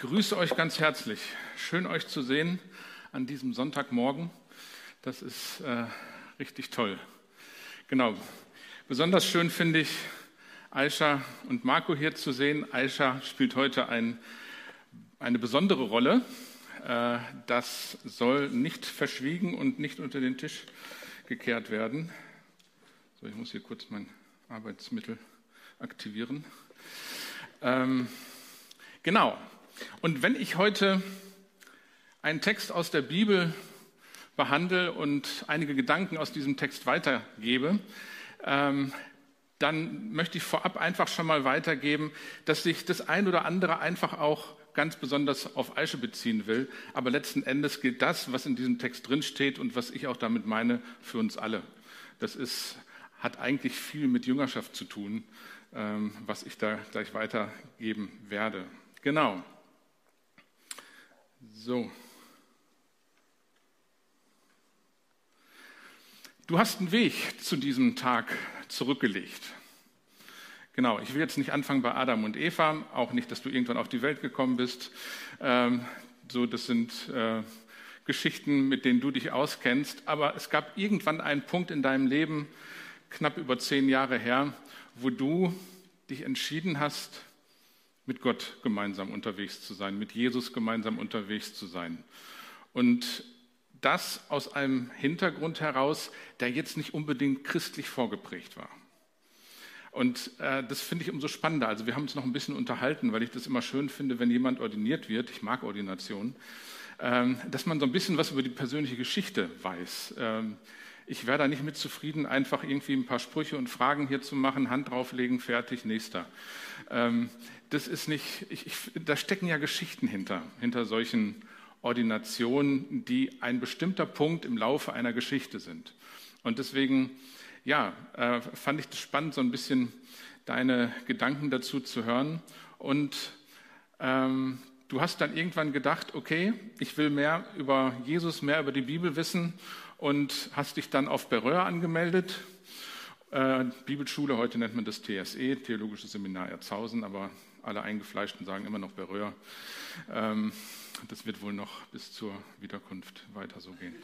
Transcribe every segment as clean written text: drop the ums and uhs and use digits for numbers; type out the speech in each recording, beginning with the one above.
grüße euch ganz herzlich. Schön, euch zu sehen an diesem Sonntagmorgen. Das ist richtig toll. Genau. Besonders schön finde ich, Aisha und Marco hier zu sehen. Aisha spielt heute eine besondere Rolle. Das soll nicht verschwiegen und nicht unter den Tisch gekehrt werden. So, ich muss hier kurz mein Arbeitsmittel aktivieren. Genau. Und wenn ich heute einen Text aus der Bibel behandle und einige Gedanken aus diesem Text weitergebe, dann möchte ich vorab einfach schon mal weitergeben, dass sich das ein oder andere einfach auch ganz besonders auf Aisha beziehen will. Aber letzten Endes gilt das, was in diesem Text drinsteht und was ich auch damit meine, für uns alle. Das hat eigentlich viel mit Jüngerschaft zu tun, was ich da gleich weitergeben werde. Genau. So. Du hast einen Weg zu diesem Tag zurückgelegt. Genau, ich will jetzt nicht anfangen bei Adam und Eva, auch nicht, dass du irgendwann auf die Welt gekommen bist. Das sind Geschichten, mit denen du dich auskennst. Aber es gab irgendwann einen Punkt in deinem Leben, knapp über 10 Jahre her, wo du dich entschieden hast, mit Gott gemeinsam unterwegs zu sein, mit Jesus gemeinsam unterwegs zu sein. Und das aus einem Hintergrund heraus, der jetzt nicht unbedingt christlich vorgeprägt war. Und das finde ich umso spannender. Also wir haben uns noch ein bisschen unterhalten, weil ich das immer schön finde, wenn jemand ordiniert wird, ich mag Ordination, dass man so ein bisschen was über die persönliche Geschichte weiß. Ich wäre da nicht mit zufrieden, einfach irgendwie ein paar Sprüche und Fragen hier zu machen, Hand drauflegen, fertig, nächster. Das ist nicht, da stecken ja Geschichten hinter solchen Ordinationen, die ein bestimmter Punkt im Laufe einer Geschichte sind. Und deswegen, fand ich das spannend, so ein bisschen deine Gedanken dazu zu hören. Und du hast dann irgendwann gedacht, okay, ich will mehr über Jesus, mehr über die Bibel wissen und hast dich dann auf Beröa angemeldet. Bibelschule, heute nennt man das TSE, Theologisches Seminar Erzhausen, aber alle Eingefleischten sagen immer noch Beröa. Das wird wohl noch bis zur Wiederkunft weiter so gehen.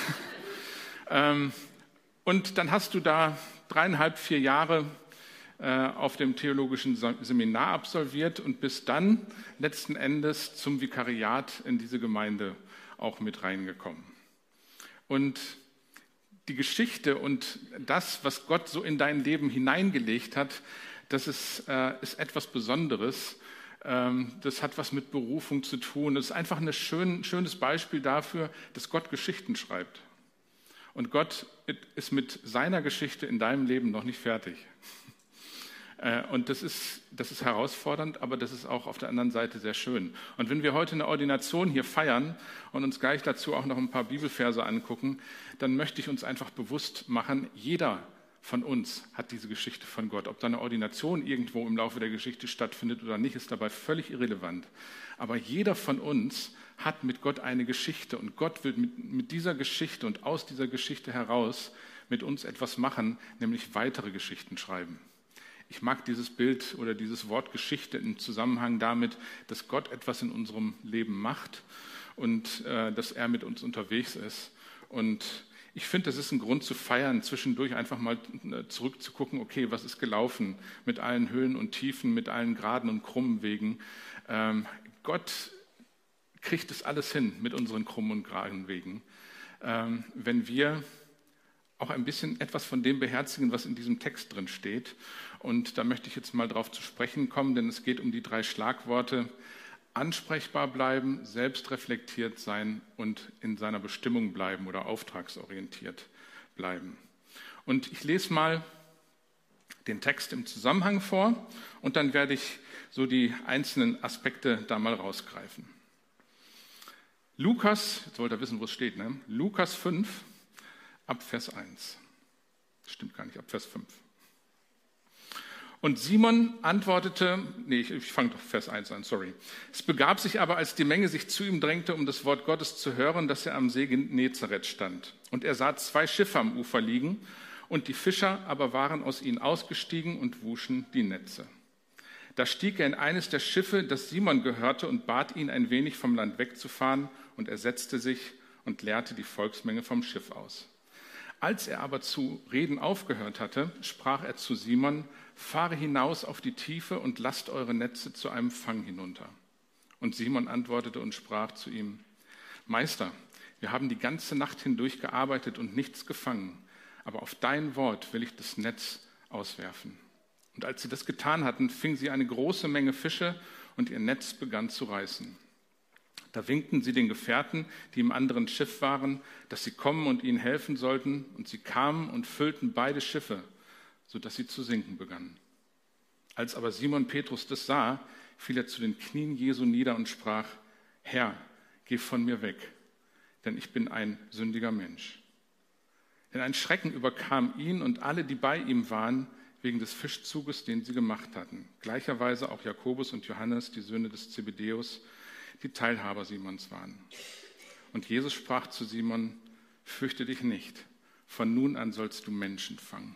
Und dann hast du da 3,5, 4 Jahre auf dem theologischen Seminar absolviert und bist dann letzten Endes zum Vikariat in diese Gemeinde auch mit reingekommen. Und die Geschichte und das, was Gott so in dein Leben hineingelegt hat, das ist etwas Besonderes. Das hat was mit Berufung zu tun. Das ist einfach ein schönes Beispiel dafür, dass Gott Geschichten schreibt. Und Gott ist mit seiner Geschichte in deinem Leben noch nicht fertig. Und das ist herausfordernd, aber das ist auch auf der anderen Seite sehr schön. Und wenn wir heute eine Ordination hier feiern und uns gleich dazu auch noch ein paar Bibelverse angucken, dann möchte ich uns einfach bewusst machen, jeder von uns hat diese Geschichte von Gott. Ob da eine Ordination irgendwo im Laufe der Geschichte stattfindet oder nicht, ist dabei völlig irrelevant. Aber jeder von uns hat mit Gott eine Geschichte und Gott will mit dieser Geschichte und aus dieser Geschichte heraus mit uns etwas machen, nämlich weitere Geschichten schreiben. Ich mag dieses Bild oder dieses Wort Geschichte im Zusammenhang damit, dass Gott etwas in unserem Leben macht und dass er mit uns unterwegs ist. Und ich finde, das ist ein Grund zu feiern, zwischendurch einfach mal zurückzugucken, okay, was ist gelaufen mit allen Höhen und Tiefen, mit allen geraden und krummen Wegen. Gott kriegt es alles hin mit unseren krummen und geraden Wegen, wenn wir auch ein bisschen etwas von dem beherzigen, was in diesem Text drin steht. Und da möchte ich jetzt mal drauf zu sprechen kommen, denn es geht um die 3 Schlagworte: ansprechbar bleiben, selbstreflektiert sein und in seiner Bestimmung bleiben oder auftragsorientiert bleiben. Und ich lese mal den Text im Zusammenhang vor und dann werde ich so die einzelnen Aspekte da mal rausgreifen. Lukas, jetzt wollt ihr wissen, wo es steht, ne? Lukas 5, ab Vers 1. Das stimmt gar nicht, ab Vers 5. Und Simon antwortete, ich fange doch Vers 1 an, sorry. Es begab sich aber, als die Menge sich zu ihm drängte, um das Wort Gottes zu hören, dass er am See Genezareth stand. Und er sah 2 Schiffe am Ufer liegen, und die Fischer aber waren aus ihnen ausgestiegen und wuschen die Netze. Da stieg er in eines der Schiffe, das Simon gehörte, und bat ihn, ein wenig vom Land wegzufahren, und er setzte sich und leerte die Volksmenge vom Schiff aus. Als er aber zu reden aufgehört hatte, sprach er zu Simon: Fahre hinaus auf die Tiefe und lasst eure Netze zu einem Fang hinunter. Und Simon antwortete und sprach zu ihm: Meister, wir haben die ganze Nacht hindurch gearbeitet und nichts gefangen, aber auf dein Wort will ich das Netz auswerfen. Und als sie das getan hatten, fingen sie eine große Menge Fische und ihr Netz begann zu reißen. Da winkten sie den Gefährten, die im anderen Schiff waren, dass sie kommen und ihnen helfen sollten. Und sie kamen und füllten beide Schiffe, sodass sie zu sinken begannen. Als aber Simon Petrus das sah, fiel er zu den Knien Jesu nieder und sprach: Herr, geh von mir weg, denn ich bin ein sündiger Mensch. Denn ein Schrecken überkam ihn und alle, die bei ihm waren, wegen des Fischzuges, den sie gemacht hatten. Gleicherweise auch Jakobus und Johannes, die Söhne des Zebedäus, die Teilhaber Simons waren. Und Jesus sprach zu Simon: Fürchte dich nicht, von nun an sollst du Menschen fangen.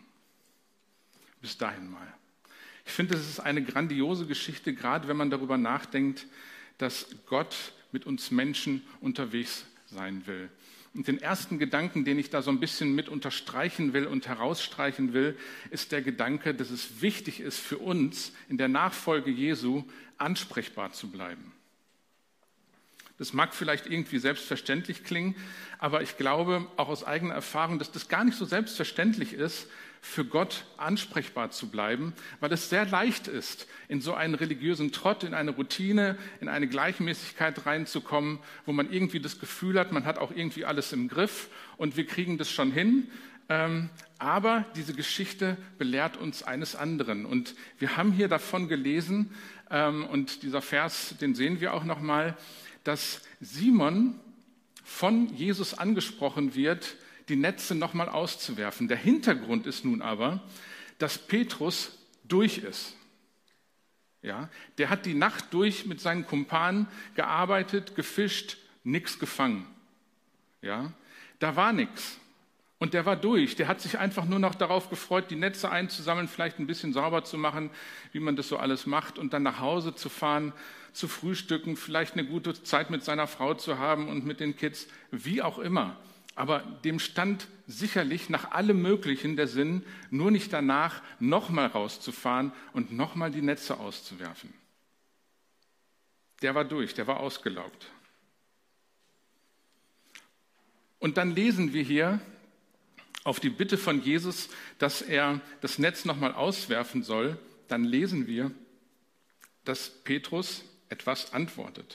Bis dahin mal. Ich finde, es ist eine grandiose Geschichte, gerade wenn man darüber nachdenkt, dass Gott mit uns Menschen unterwegs sein will. Und den ersten Gedanken, den ich da so ein bisschen mit unterstreichen will und herausstreichen will, ist der Gedanke, dass es wichtig ist für uns, in der Nachfolge Jesu ansprechbar zu bleiben. Das mag vielleicht irgendwie selbstverständlich klingen, aber ich glaube auch aus eigener Erfahrung, dass das gar nicht so selbstverständlich ist, für Gott ansprechbar zu bleiben, weil es sehr leicht ist, in so einen religiösen Trott, in eine Routine, in eine Gleichmäßigkeit reinzukommen, wo man irgendwie das Gefühl hat, man hat auch irgendwie alles im Griff und wir kriegen das schon hin. Aber diese Geschichte belehrt uns eines anderen. Und wir haben hier davon gelesen, und dieser Vers, den sehen wir auch nochmal, dass Simon von Jesus angesprochen wird, die Netze nochmal auszuwerfen. Der Hintergrund ist nun aber, dass Petrus durch ist. Ja, der hat die Nacht durch mit seinen Kumpanen gearbeitet, gefischt, nichts gefangen. Ja, da war nichts. Und der war durch. Der hat sich einfach nur noch darauf gefreut, die Netze einzusammeln, vielleicht ein bisschen sauber zu machen, wie man das so alles macht, und dann nach Hause zu fahren, zu frühstücken, vielleicht eine gute Zeit mit seiner Frau zu haben und mit den Kids, wie auch immer. Aber dem stand sicherlich nach allem Möglichen der Sinn, nur nicht danach nochmal rauszufahren und nochmal die Netze auszuwerfen. Der war durch, der war ausgelaugt. Und dann lesen wir hier auf die Bitte von Jesus, dass er das Netz nochmal auswerfen soll, dann lesen wir, dass Petrus etwas antwortet.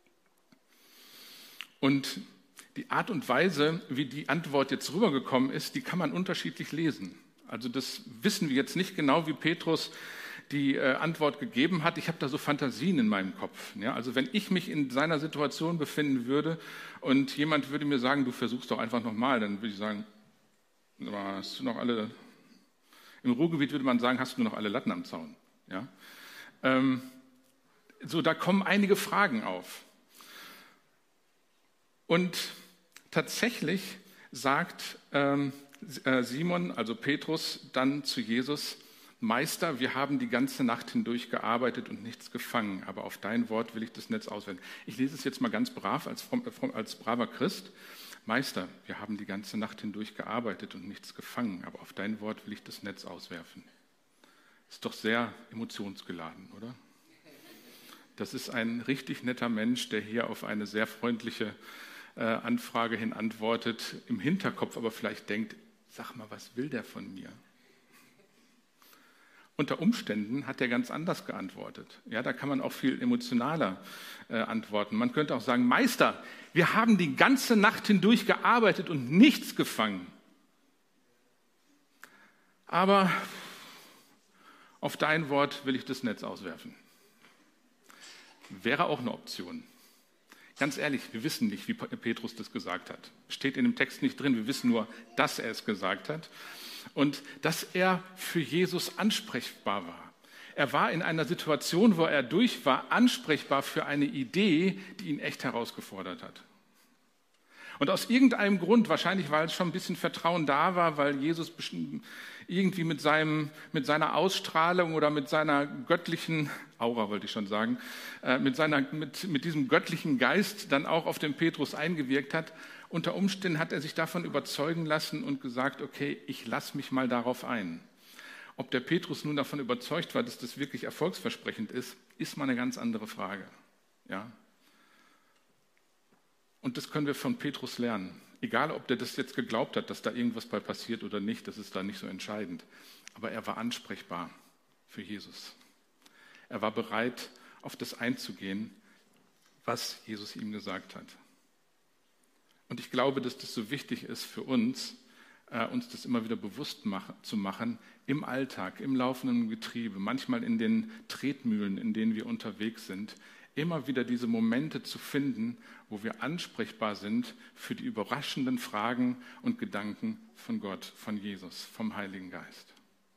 Und die Art und Weise, wie die Antwort jetzt rübergekommen ist, die kann man unterschiedlich lesen. Also das wissen wir jetzt nicht genau, wie Petrus die Antwort gegeben hat. Ich habe da so Fantasien in meinem Kopf. Ja, also wenn ich mich in seiner Situation befinden würde und jemand würde mir sagen, du versuchst doch einfach nochmal, dann würde ich sagen, hast du noch alle, im Ruhrgebiet würde man sagen, hast du noch alle Latten am Zaun. Ja? So, da kommen einige Fragen auf. Und tatsächlich sagt Simon, also Petrus, dann zu Jesus: Meister, wir haben die ganze Nacht hindurch gearbeitet und nichts gefangen, aber auf dein Wort will ich das Netz auswerfen. Ich lese es jetzt mal ganz brav als braver Christ. Meister, wir haben die ganze Nacht hindurch gearbeitet und nichts gefangen, aber auf dein Wort will ich das Netz auswerfen. Ist doch sehr emotionsgeladen, oder? Das ist ein richtig netter Mensch, der hier auf eine sehr freundliche Anfrage hin antwortet, im Hinterkopf aber vielleicht denkt, sag mal, was will der von mir? Unter Umständen hat er ganz anders geantwortet. Ja, da kann man auch viel emotionaler antworten. Man könnte auch sagen, Meister, wir haben die ganze Nacht hindurch gearbeitet und nichts gefangen. Aber auf dein Wort will ich das Netz auswerfen. Wäre auch eine Option. Ganz ehrlich, wir wissen nicht, wie Petrus das gesagt hat. Steht in dem Text nicht drin, wir wissen nur, dass er es gesagt hat. Und dass er für Jesus ansprechbar war. Er war in einer Situation, wo er durch war, ansprechbar für eine Idee, die ihn echt herausgefordert hat. Und aus irgendeinem Grund, wahrscheinlich weil es schon ein bisschen Vertrauen da war, weil Jesus irgendwie mit seiner Ausstrahlung oder mit seiner göttlichen Aura, wollte ich schon sagen, mit diesem göttlichen Geist dann auch auf den Petrus eingewirkt hat. Unter Umständen hat er sich davon überzeugen lassen und gesagt, okay, ich lasse mich mal darauf ein. Ob der Petrus nun davon überzeugt war, dass das wirklich erfolgsversprechend ist mal eine ganz andere Frage. Ja? Und das können wir von Petrus lernen. Egal, ob der das jetzt geglaubt hat, dass da irgendwas bei passiert oder nicht, das ist da nicht so entscheidend. Aber er war ansprechbar für Jesus. Er war bereit, auf das einzugehen, was Jesus ihm gesagt hat. Und ich glaube, dass das so wichtig ist für uns das immer wieder bewusst zu machen, im Alltag, im laufenden Getriebe, manchmal in den Tretmühlen, in denen wir unterwegs sind, immer wieder diese Momente zu finden, wo wir ansprechbar sind für die überraschenden Fragen und Gedanken von Gott, von Jesus, vom Heiligen Geist.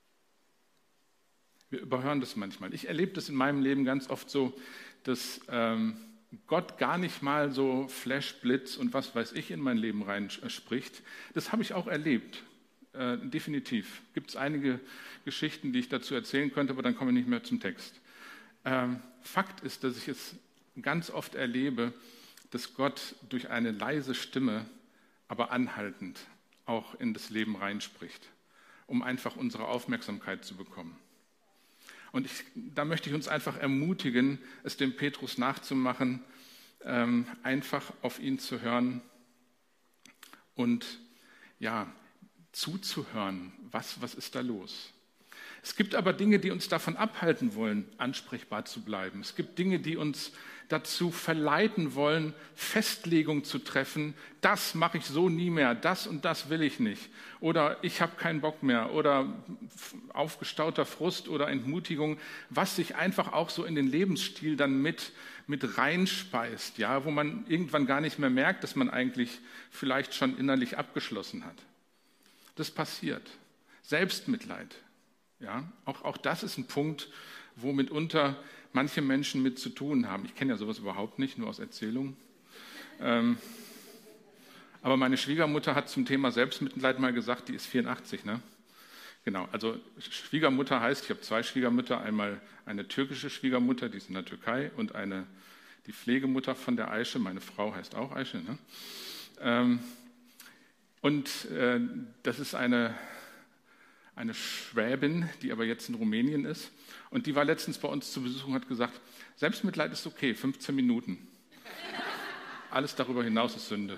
Wir überhören das manchmal. Ich erlebe das in meinem Leben ganz oft so, dass Gott gar nicht mal so Flash, Blitz und was weiß ich in mein Leben reinspricht. Das habe ich auch erlebt, definitiv. Gibt es einige Geschichten, die ich dazu erzählen könnte, aber dann komme ich nicht mehr zum Text. Fakt ist, dass ich es ganz oft erlebe, dass Gott durch eine leise Stimme, aber anhaltend auch in das Leben reinspricht, um einfach unsere Aufmerksamkeit zu bekommen. Und da möchte ich uns einfach ermutigen, es dem Petrus nachzumachen, einfach auf ihn zu hören und ja, zuzuhören, was ist da los. Es gibt aber Dinge, die uns davon abhalten wollen, ansprechbar zu bleiben. Es gibt Dinge, die uns dazu verleiten wollen, Festlegungen zu treffen. Das mache ich so nie mehr, das und das will ich nicht. Oder ich habe keinen Bock mehr. Oder aufgestauter Frust oder Entmutigung, was sich einfach auch so in den Lebensstil dann mit reinspeist, ja, wo man irgendwann gar nicht mehr merkt, dass man eigentlich vielleicht schon innerlich abgeschlossen hat. Das passiert. Selbstmitleid. Ja, auch das ist ein Punkt, wo mitunter manche Menschen mit zu tun haben. Ich kenne ja sowas überhaupt nicht, nur aus Erzählungen. Aber meine Schwiegermutter hat zum Thema Selbstmitleid mal gesagt, die ist 84, ne? Genau, also Schwiegermutter heißt, ich habe 2 Schwiegermütter, einmal eine türkische Schwiegermutter, die ist in der Türkei, und die Pflegemutter von der Aische, meine Frau heißt auch Aische, ne? Das ist eine Schwäbin, die aber jetzt in Rumänien ist. Und die war letztens bei uns zu Besuch und hat gesagt, Selbstmitleid ist okay, 15 Minuten. Alles darüber hinaus ist Sünde.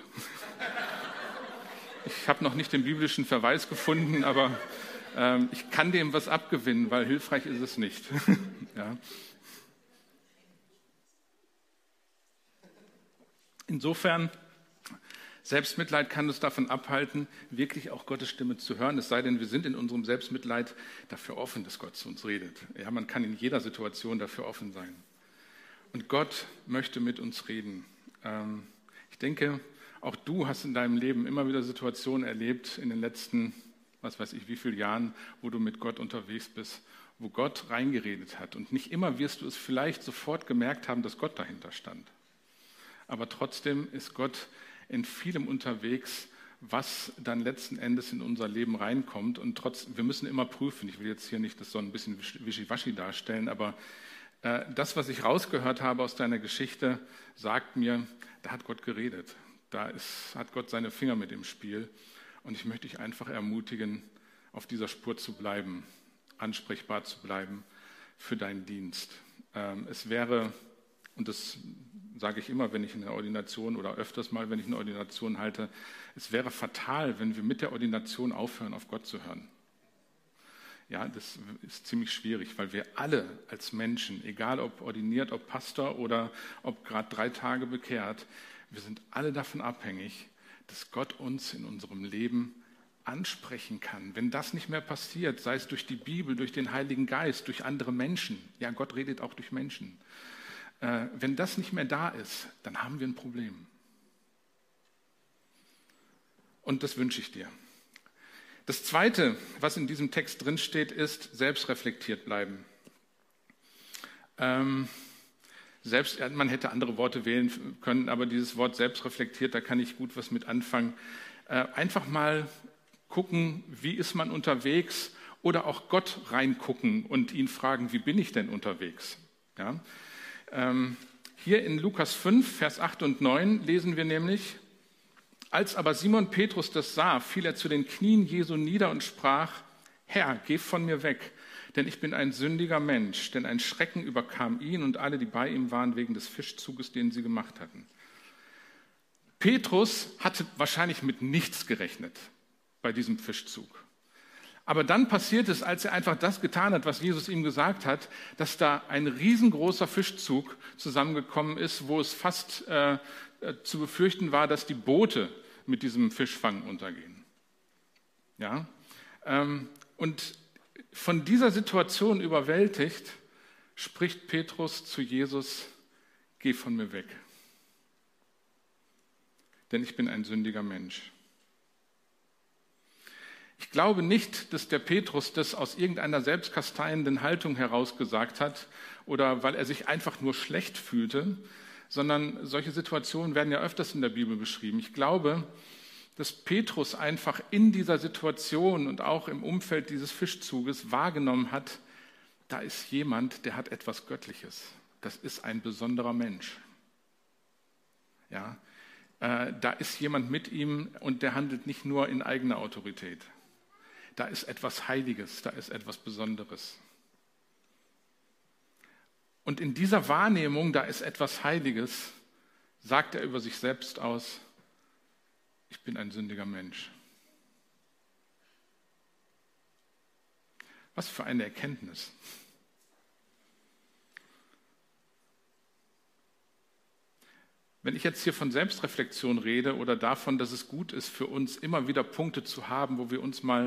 Ich habe noch nicht den biblischen Verweis gefunden, aber ich kann dem was abgewinnen, weil hilfreich ist es nicht. Ja. Insofern, Selbstmitleid kann uns davon abhalten, wirklich auch Gottes Stimme zu hören, es sei denn, wir sind in unserem Selbstmitleid dafür offen, dass Gott zu uns redet. Ja, man kann in jeder Situation dafür offen sein. Und Gott möchte mit uns reden. Ich denke, auch du hast in deinem Leben immer wieder Situationen erlebt, in den letzten, was weiß ich, wie vielen Jahren, wo du mit Gott unterwegs bist, wo Gott reingeredet hat. Und nicht immer wirst du es vielleicht sofort gemerkt haben, dass Gott dahinter stand. Aber trotzdem ist Gott in vielem unterwegs, was dann letzten Endes in unser Leben reinkommt. Und wir müssen immer prüfen, ich will jetzt hier nicht das so ein bisschen wischiwaschi darstellen, aber das, was ich rausgehört habe aus deiner Geschichte, sagt mir, da hat Gott geredet. Hat Gott seine Finger mit im Spiel. Und ich möchte dich einfach ermutigen, auf dieser Spur zu bleiben, ansprechbar zu bleiben für deinen Dienst. Es wäre, und das sage ich immer, wenn ich eine Ordination oder öfters mal, wenn ich eine Ordination halte, es wäre fatal, wenn wir mit der Ordination aufhören, auf Gott zu hören. Ja, das ist ziemlich schwierig, weil wir alle als Menschen, egal ob ordiniert, ob Pastor oder ob gerade 3 Tage bekehrt, wir sind alle davon abhängig, dass Gott uns in unserem Leben ansprechen kann. Wenn das nicht mehr passiert, sei es durch die Bibel, durch den Heiligen Geist, durch andere Menschen, ja, Gott redet auch durch Menschen. Wenn das nicht mehr da ist, dann haben wir ein Problem. Und das wünsche ich dir. Das Zweite, was in diesem Text drinsteht, ist selbstreflektiert bleiben. man hätte andere Worte wählen können, aber dieses Wort selbstreflektiert, da kann ich gut was mit anfangen. Einfach mal gucken, wie ist man unterwegs, oder auch Gott reingucken und ihn fragen, wie bin ich denn unterwegs? Ja? Hier in Lukas 5, Vers 8 und 9 lesen wir nämlich: Als aber Simon Petrus das sah, fiel er zu den Knien Jesu nieder und sprach: Herr, geh von mir weg, denn ich bin ein sündiger Mensch. Denn ein Schrecken überkam ihn und alle, die bei ihm waren, wegen des Fischzuges, den sie gemacht hatten. Petrus hatte wahrscheinlich mit nichts gerechnet bei diesem Fischzug. Aber dann passiert es, als er einfach das getan hat, was Jesus ihm gesagt hat, dass da ein riesengroßer Fischzug zusammengekommen ist, wo es fast zu befürchten war, dass die Boote mit diesem Fischfang untergehen. Ja? Und von dieser Situation überwältigt, spricht Petrus zu Jesus: Geh von mir weg, denn ich bin ein sündiger Mensch. Ich glaube nicht, dass der Petrus das aus irgendeiner selbstkasteienden Haltung heraus gesagt hat oder weil er sich einfach nur schlecht fühlte, sondern solche Situationen werden ja öfters in der Bibel beschrieben. Ich glaube, dass Petrus einfach in dieser Situation und auch im Umfeld dieses Fischzuges wahrgenommen hat, da ist jemand, der hat etwas Göttliches. Das ist ein besonderer Mensch. Ja, da ist jemand mit ihm und der handelt nicht nur in eigener Autorität. Da ist etwas Heiliges, da ist etwas Besonderes. Und in dieser Wahrnehmung, da ist etwas Heiliges, sagt er über sich selbst aus: Ich bin ein sündiger Mensch. Was für eine Erkenntnis. Wenn ich jetzt hier von Selbstreflexion rede oder davon, dass es gut ist für uns, immer wieder Punkte zu haben, wo wir uns mal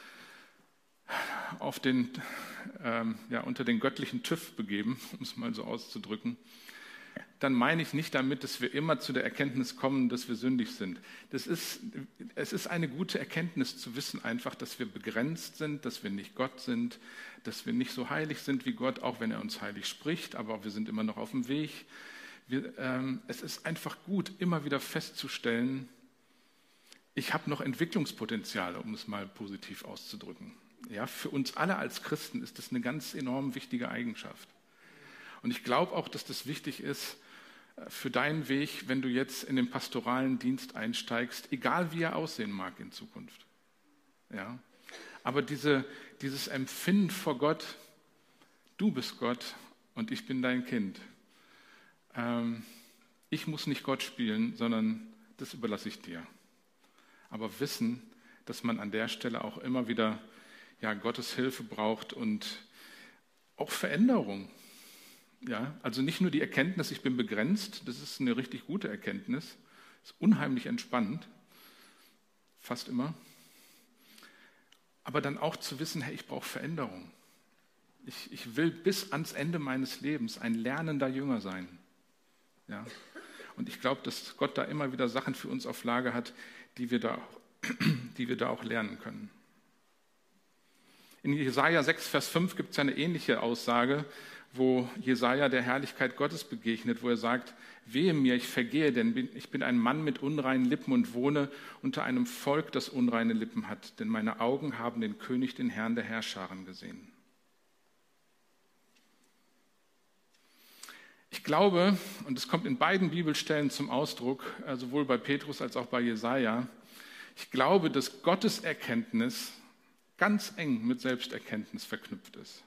unter den göttlichen TÜV begeben, um es mal so auszudrücken, dann meine ich nicht damit, dass wir immer zu der Erkenntnis kommen, dass wir sündig sind. Es ist eine gute Erkenntnis zu wissen einfach, dass wir begrenzt sind, dass wir nicht Gott sind, dass wir nicht so heilig sind wie Gott, auch wenn er uns heilig spricht, aber wir sind immer noch auf dem Weg. Es ist einfach gut, immer wieder festzustellen, ich habe noch Entwicklungspotenziale, um es mal positiv auszudrücken. Ja, für uns alle als Christen ist das eine ganz enorm wichtige Eigenschaft. Und ich glaube auch, dass das wichtig ist für deinen Weg, wenn du jetzt in den pastoralen Dienst einsteigst, egal wie er aussehen mag in Zukunft. Ja? Aber dieses Empfinden vor Gott, du bist Gott und ich bin dein Kind. Ich muss nicht Gott spielen, sondern das überlasse ich dir. Aber wissen, dass man an der Stelle auch immer wieder Gottes Hilfe braucht und auch Veränderung. Ja, also nicht nur die Erkenntnis, ich bin begrenzt, das ist eine richtig gute Erkenntnis, ist unheimlich entspannend, fast immer. Aber dann auch zu wissen, hey, ich brauche Veränderung. Ich will bis ans Ende meines Lebens ein lernender Jünger sein. Ja? Und ich glaube, dass Gott da immer wieder Sachen für uns auf Lager hat, die wir da auch lernen können. In Jesaja 6, Vers 5 gibt es eine ähnliche Aussage, wo Jesaja der Herrlichkeit Gottes begegnet, wo er sagt: Wehe mir, ich vergehe, denn ich bin ein Mann mit unreinen Lippen und wohne unter einem Volk, das unreine Lippen hat, denn meine Augen haben den König, den Herrn der Herrscharen gesehen. Ich glaube, und es kommt in beiden Bibelstellen zum Ausdruck, sowohl bei Petrus als auch bei Jesaja, ich glaube, dass Gottes Erkenntnis ganz eng mit Selbsterkenntnis verknüpft ist.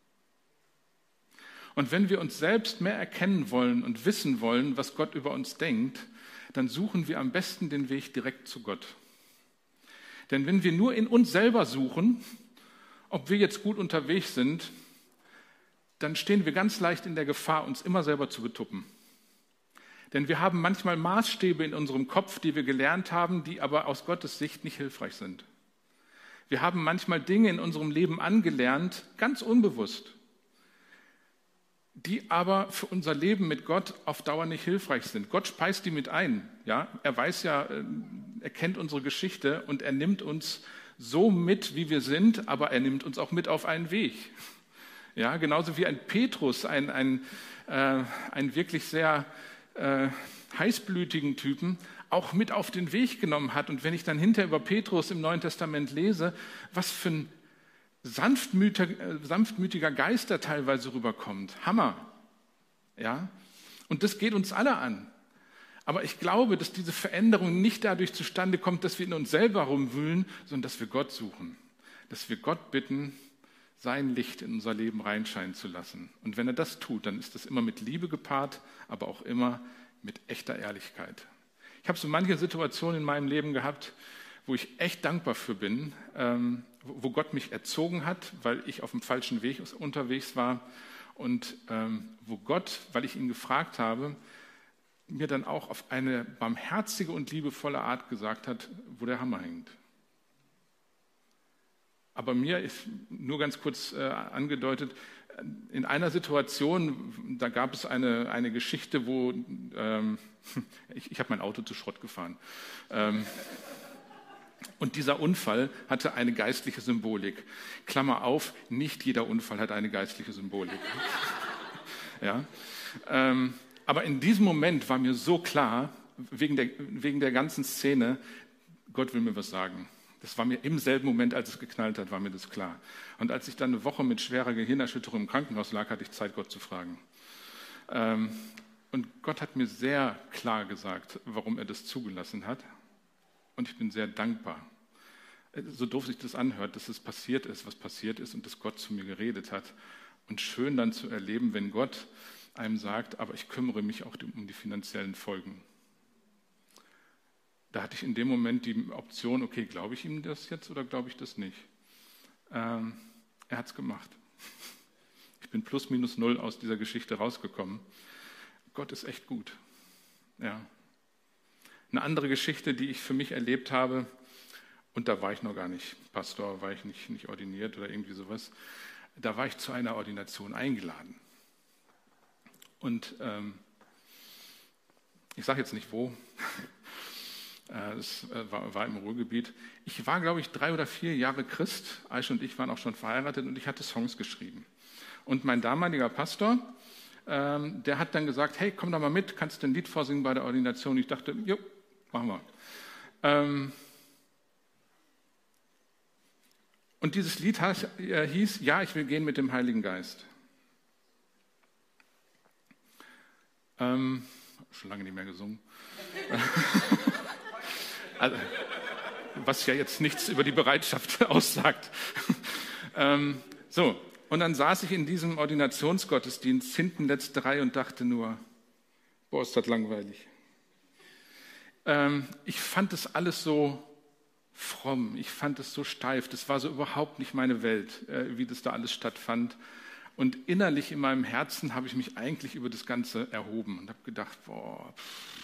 Und wenn wir uns selbst mehr erkennen wollen und wissen wollen, was Gott über uns denkt, dann suchen wir am besten den Weg direkt zu Gott. Denn wenn wir nur in uns selber suchen, ob wir jetzt gut unterwegs sind, dann stehen wir ganz leicht in der Gefahr, uns immer selber zu betuppen. Denn wir haben manchmal Maßstäbe in unserem Kopf, die wir gelernt haben, die aber aus Gottes Sicht nicht hilfreich sind. Wir haben manchmal Dinge in unserem Leben angelernt, ganz unbewusst, die aber für unser Leben mit Gott auf Dauer nicht hilfreich sind. Gott speist die mit ein. Ja? Er weiß ja, er kennt unsere Geschichte und er nimmt uns so mit, wie wir sind, aber er nimmt uns auch mit auf einen Weg. Ja, genauso wie ein Petrus, ein wirklich sehr heißblütigen Typen, auch mit auf den Weg genommen hat. Und wenn ich dann hinterher über Petrus im Neuen Testament lese, was für ein sanftmütiger Geist da teilweise rüberkommt. Hammer. Ja? Und das geht uns alle an. Aber ich glaube, dass diese Veränderung nicht dadurch zustande kommt, dass wir in uns selber rumwühlen, sondern dass wir Gott suchen. Dass wir Gott bitten, sein Licht in unser Leben reinscheinen zu lassen. Und wenn er das tut, dann ist das immer mit Liebe gepaart, aber auch immer mit echter Ehrlichkeit. Ich habe so manche Situationen in meinem Leben gehabt, wo ich echt dankbar für bin, wo Gott mich erzogen hat, weil ich auf dem falschen Weg unterwegs war und wo Gott, weil ich ihn gefragt habe, mir dann auch auf eine barmherzige und liebevolle Art gesagt hat, wo der Hammer hängt. Aber mir ist nur ganz kurz angedeutet, in einer Situation, da gab es eine Geschichte, wo ich habe mein Auto zu Schrott gefahren. Und dieser Unfall hatte eine geistliche Symbolik. Klammer auf, nicht jeder Unfall hat eine geistliche Symbolik. Ja? Aber in diesem Moment war mir so klar, wegen der ganzen Szene, Gott will mir was sagen. Das war mir im selben Moment, als es geknallt hat, war mir das klar. Und als ich dann eine Woche mit schwerer Gehirnerschütterung im Krankenhaus lag, hatte ich Zeit, Gott zu fragen. Und Gott hat mir sehr klar gesagt, warum er das zugelassen hat. Und ich bin sehr dankbar. So doof sich das anhört, dass es passiert ist, was passiert ist und dass Gott zu mir geredet hat. Und schön dann zu erleben, wenn Gott einem sagt, aber ich kümmere mich auch um die finanziellen Folgen. Da hatte ich in dem Moment die Option, okay, glaube ich ihm das jetzt oder glaube ich das nicht? Er hat es gemacht. Ich bin plus minus null aus dieser Geschichte rausgekommen. Gott ist echt gut. Ja. Eine andere Geschichte, die ich für mich erlebt habe, und da war ich noch gar nicht Pastor, war ich nicht ordiniert oder irgendwie sowas, da war ich zu einer Ordination eingeladen. Und ich sage jetzt nicht wo, es war im Ruhrgebiet. Ich war, glaube ich, 3 oder 4 Jahre Christ. Aische und ich waren auch schon verheiratet und ich hatte Songs geschrieben. Und mein damaliger Pastor, der hat dann gesagt, hey, komm doch mal mit, kannst du ein Lied vorsingen bei der Ordination? Ich dachte, jo, machen wir. Und dieses Lied hieß, ja, ich will gehen mit dem Heiligen Geist. Schon lange nicht mehr gesungen. Also, was ja jetzt nichts über die Bereitschaft aussagt. So, und dann saß ich in diesem Ordinationsgottesdienst hinten letzte Reihe und dachte nur, boah, ist das langweilig. Ich fand das alles so fromm, ich fand es so steif, das war so überhaupt nicht meine Welt, wie das da alles stattfand. Und innerlich in meinem Herzen habe ich mich eigentlich über das Ganze erhoben und habe gedacht, boah,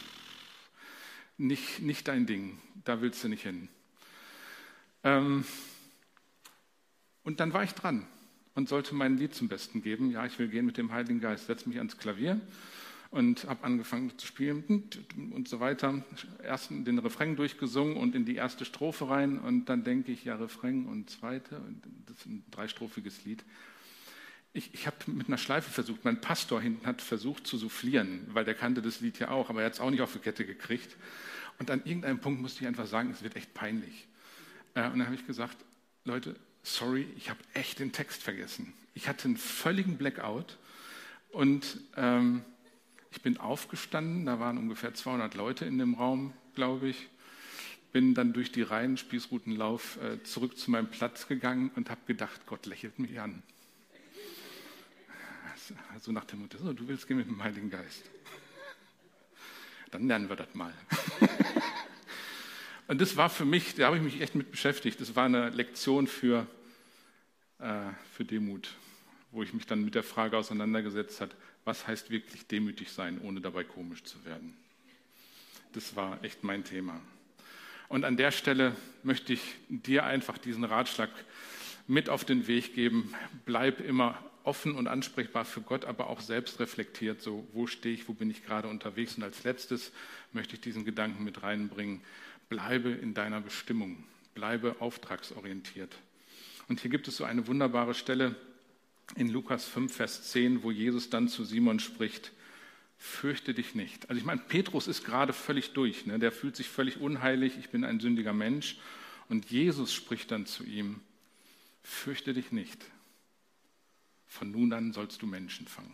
nicht dein Ding, da willst du nicht hin. Und dann war ich dran und sollte mein Lied zum Besten geben. Ja, ich will gehen mit dem Heiligen Geist, setze mich ans Klavier und habe angefangen zu spielen und so weiter. Erst den Refrain durchgesungen und in die erste Strophe rein und dann denke ich, ja, Refrain und zweite, und das ist ein 3-strophiges Lied. Ich habe mit einer Schleife versucht, mein Pastor hinten hat versucht zu soufflieren, weil der kannte das Lied ja auch, aber er hat es auch nicht auf die Kette gekriegt. Und an irgendeinem Punkt musste ich einfach sagen, es wird echt peinlich. Und dann habe ich gesagt, Leute, sorry, ich habe echt den Text vergessen. Ich hatte einen völligen Blackout und ich bin aufgestanden, da waren ungefähr 200 Leute in dem Raum, glaube ich. Bin dann durch die Reihen, Spießrutenlauf, zurück zu meinem Platz gegangen und habe gedacht, Gott lächelt mich an. So nach dem Motto, so, du willst gehen mit dem Heiligen Geist. Dann lernen wir das mal. Und das war für mich, da habe ich mich echt mit beschäftigt, das war eine Lektion für Demut, wo ich mich dann mit der Frage auseinandergesetzt habe, was heißt wirklich demütig sein, ohne dabei komisch zu werden. Das war echt mein Thema. Und an der Stelle möchte ich dir einfach diesen Ratschlag mit auf den Weg geben. Bleib immer offen und ansprechbar für Gott, aber auch selbst reflektiert, so wo stehe ich, wo bin ich gerade unterwegs. Und als letztes möchte ich diesen Gedanken mit reinbringen. Bleibe in deiner Bestimmung, bleibe auftragsorientiert. Und hier gibt es so eine wunderbare Stelle in Lukas 5, Vers 10, wo Jesus dann zu Simon spricht: Fürchte dich nicht. Also ich meine, Petrus ist gerade völlig durch, ne? Der fühlt sich völlig unheilig, ich bin ein sündiger Mensch. Und Jesus spricht dann zu ihm: Fürchte dich nicht. Von nun an sollst du Menschen fangen.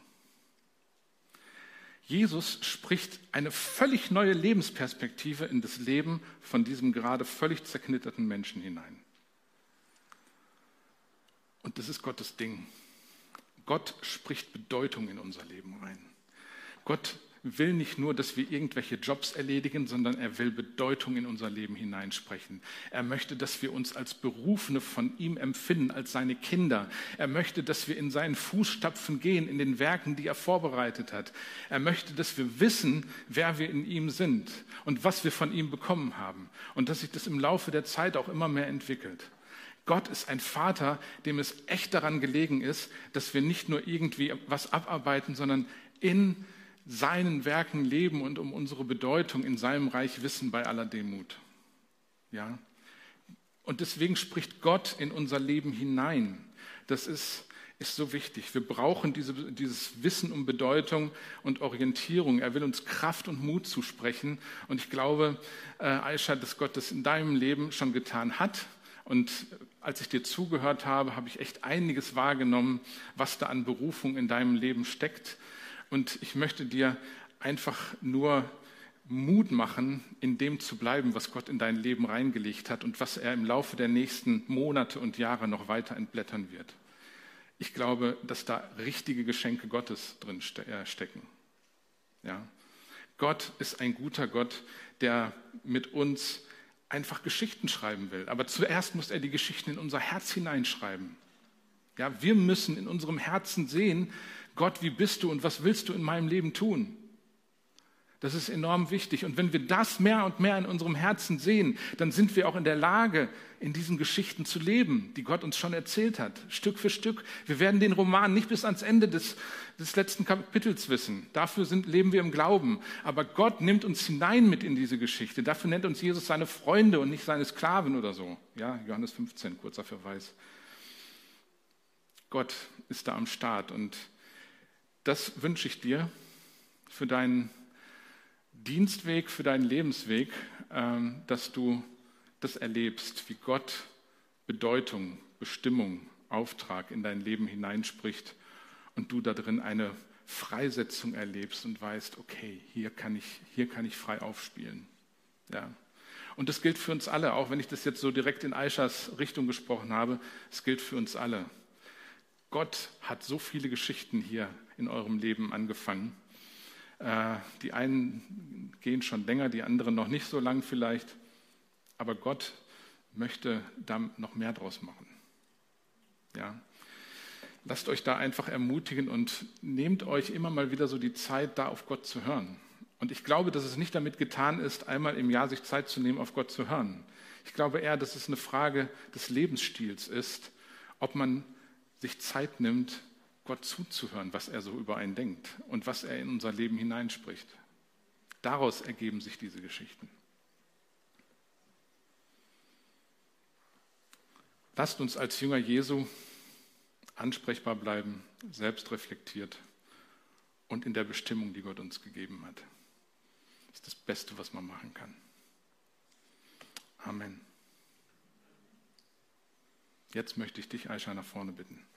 Jesus spricht eine völlig neue Lebensperspektive in das Leben von diesem gerade völlig zerknitterten Menschen hinein. Und das ist Gottes Ding. Gott spricht Bedeutung in unser Leben rein. Gott will nicht nur, dass wir irgendwelche Jobs erledigen, sondern er will Bedeutung in unser Leben hineinsprechen. Er möchte, dass wir uns als Berufene von ihm empfinden, als seine Kinder. Er möchte, dass wir in seinen Fußstapfen gehen, in den Werken, die er vorbereitet hat. Er möchte, dass wir wissen, wer wir in ihm sind und was wir von ihm bekommen haben. Und dass sich das im Laufe der Zeit auch immer mehr entwickelt. Gott ist ein Vater, dem es echt daran gelegen ist, dass wir nicht nur irgendwie was abarbeiten, sondern in seinen Werken leben und um unsere Bedeutung in seinem Reich wissen bei aller Demut. Ja? Und deswegen spricht Gott in unser Leben hinein. Das ist so wichtig. Wir brauchen dieses Wissen um Bedeutung und Orientierung. Er will uns Kraft und Mut zusprechen. Und ich glaube, Aisha, dass Gott das in deinem Leben schon getan hat. Und als ich dir zugehört habe, habe ich echt einiges wahrgenommen, was da an Berufung in deinem Leben steckt. Und ich möchte dir einfach nur Mut machen, in dem zu bleiben, was Gott in dein Leben reingelegt hat und was er im Laufe der nächsten Monate und Jahre noch weiter entblättern wird. Ich glaube, dass da richtige Geschenke Gottes drin stecken. Ja. Gott ist ein guter Gott, der mit uns einfach Geschichten schreiben will. Aber zuerst muss er die Geschichten in unser Herz hineinschreiben. Ja, wir müssen in unserem Herzen sehen: Gott, wie bist du und was willst du in meinem Leben tun? Das ist enorm wichtig. Und wenn wir das mehr und mehr in unserem Herzen sehen, dann sind wir auch in der Lage, in diesen Geschichten zu leben, die Gott uns schon erzählt hat, Stück für Stück. Wir werden den Roman nicht bis ans Ende des letzten Kapitels wissen. Dafür leben wir im Glauben. Aber Gott nimmt uns hinein mit in diese Geschichte. Dafür nennt uns Jesus seine Freunde und nicht seine Sklaven oder so. Ja, Johannes 15, kurzer Verweis. Gott ist da am Start und das wünsche ich dir für deinen Dienstweg, für deinen Lebensweg, dass du das erlebst, wie Gott Bedeutung, Bestimmung, Auftrag in dein Leben hineinspricht und du da drin eine Freisetzung erlebst und weißt: Okay, hier kann ich frei aufspielen. Ja. Und das gilt für uns alle, auch wenn ich das jetzt so direkt in Aishas Richtung gesprochen habe, es gilt für uns alle. Gott hat so viele Geschichten hier in eurem Leben angefangen. Die einen gehen schon länger, die anderen noch nicht so lang vielleicht. Aber Gott möchte da noch mehr draus machen. Ja. Lasst euch da einfach ermutigen und nehmt euch immer mal wieder so die Zeit, da auf Gott zu hören. Und ich glaube, dass es nicht damit getan ist, einmal im Jahr sich Zeit zu nehmen, auf Gott zu hören. Ich glaube eher, dass es eine Frage des Lebensstils ist, ob man sich Zeit nimmt, Gott zuzuhören, was er so über einen denkt und was er in unser Leben hineinspricht. Daraus ergeben sich diese Geschichten. Lasst uns als Jünger Jesu ansprechbar bleiben, selbstreflektiert und in der Bestimmung, die Gott uns gegeben hat. Das ist das Beste, was man machen kann. Amen. Jetzt möchte ich dich, Aisha, nach vorne bitten.